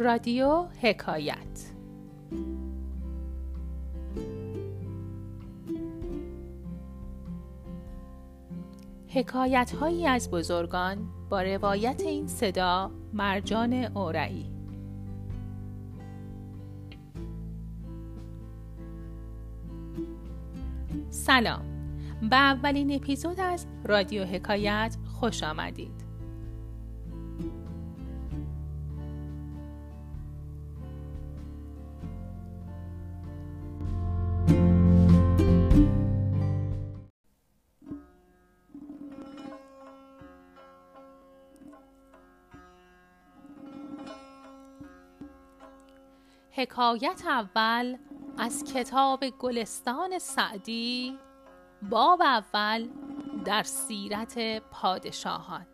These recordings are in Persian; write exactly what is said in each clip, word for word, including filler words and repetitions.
رادیو حکایت. حکایت هایی از بزرگان با روایت این صدا مرجان اورئی. سلام، به اولین اپیزود از رادیو حکایت خوش آمدید. حکایت اول از کتاب گلستان سعدی، باب اول در سیرت پادشاهان.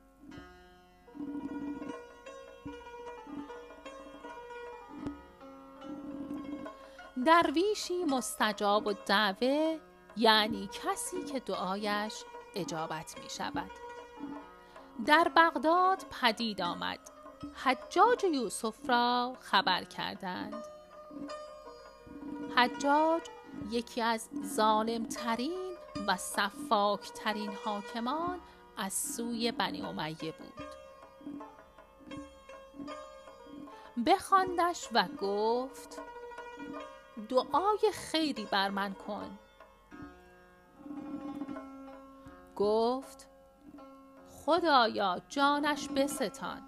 درویشی مستجاب الدعوه، یعنی کسی که دعایش اجابت می شود، در بغداد پدید آمد. حجاج یوسف را خبر کردند. حجاج یکی از ظالمترین و سفاکترین حاکمان از سوی بنی امیه بود. بخواندش و گفت دعای خیری بر من کن. گفت خدایا جانش بستان.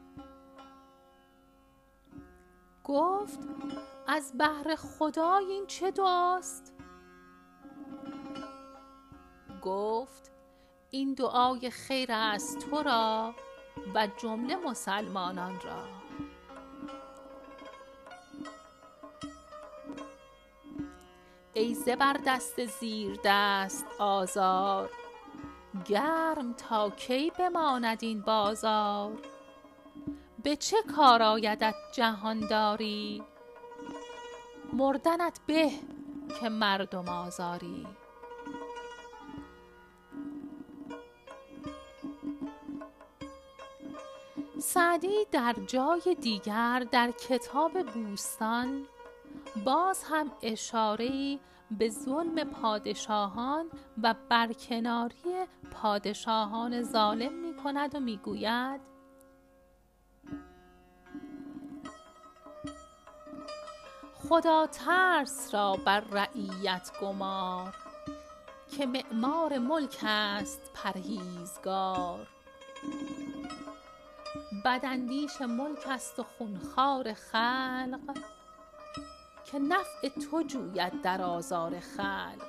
گفت از بهر خدای این چه دعاست؟ گفت این دعای خیر است تو را و جمله مسلمانان را. ای زبردست زیر دست آزار، گرم تا کی بماند این بازار. به چه کار آیدت جهانداری، مردنت به که مردم آزاری. سعدی در جای دیگر در کتاب بوستان باز هم اشاره‌ای به ظلم پادشاهان و برکناری پادشاهان ظالم می کند و می گوید خدا ترس را بر رعیت گمار، که معمار ملک است پرهیزگار. بداندیش ملک است و خونخوار خلق، که نفع تو جوید در آزار خلق.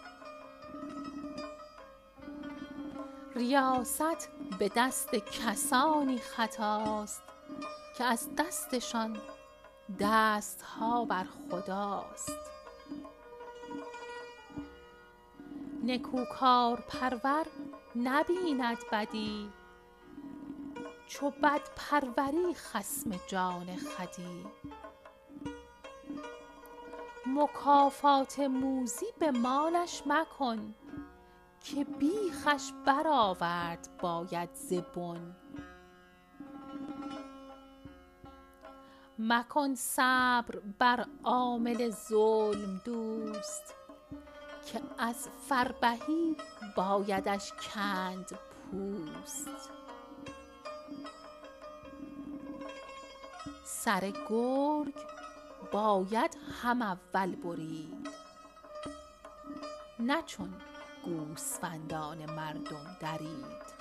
ریاست به دست کسانی خطاست، که از دستشان دست ها بر خداست. نکوکار پرور نبیند بدی، چو بد پروری خصم جان خودی. مکافات موذی به مالش مکن، که بیخش برآورد باید ز بن. مکن صبر بر عامل ظلم دوست، که از فربهی بایدش کند پوست. سر گرگ باید هم اول برید، نه چون گوسفندان مردم درید.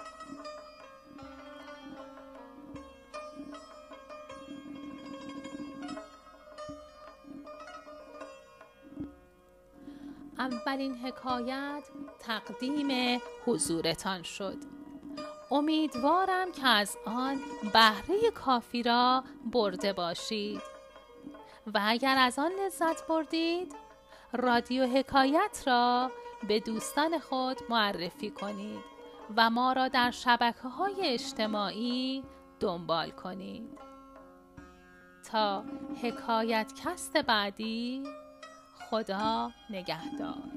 اولین حکایت تقدیم حضورتان شد. امیدوارم که از آن بهره کافی را برده باشید و اگر از آن لذت بردید، رادیو حکایت را به دوستان خود معرفی کنید و ما را در شبکه‌های اجتماعی دنبال کنید. تا حکایت کست بعدی، خدا نگهدار.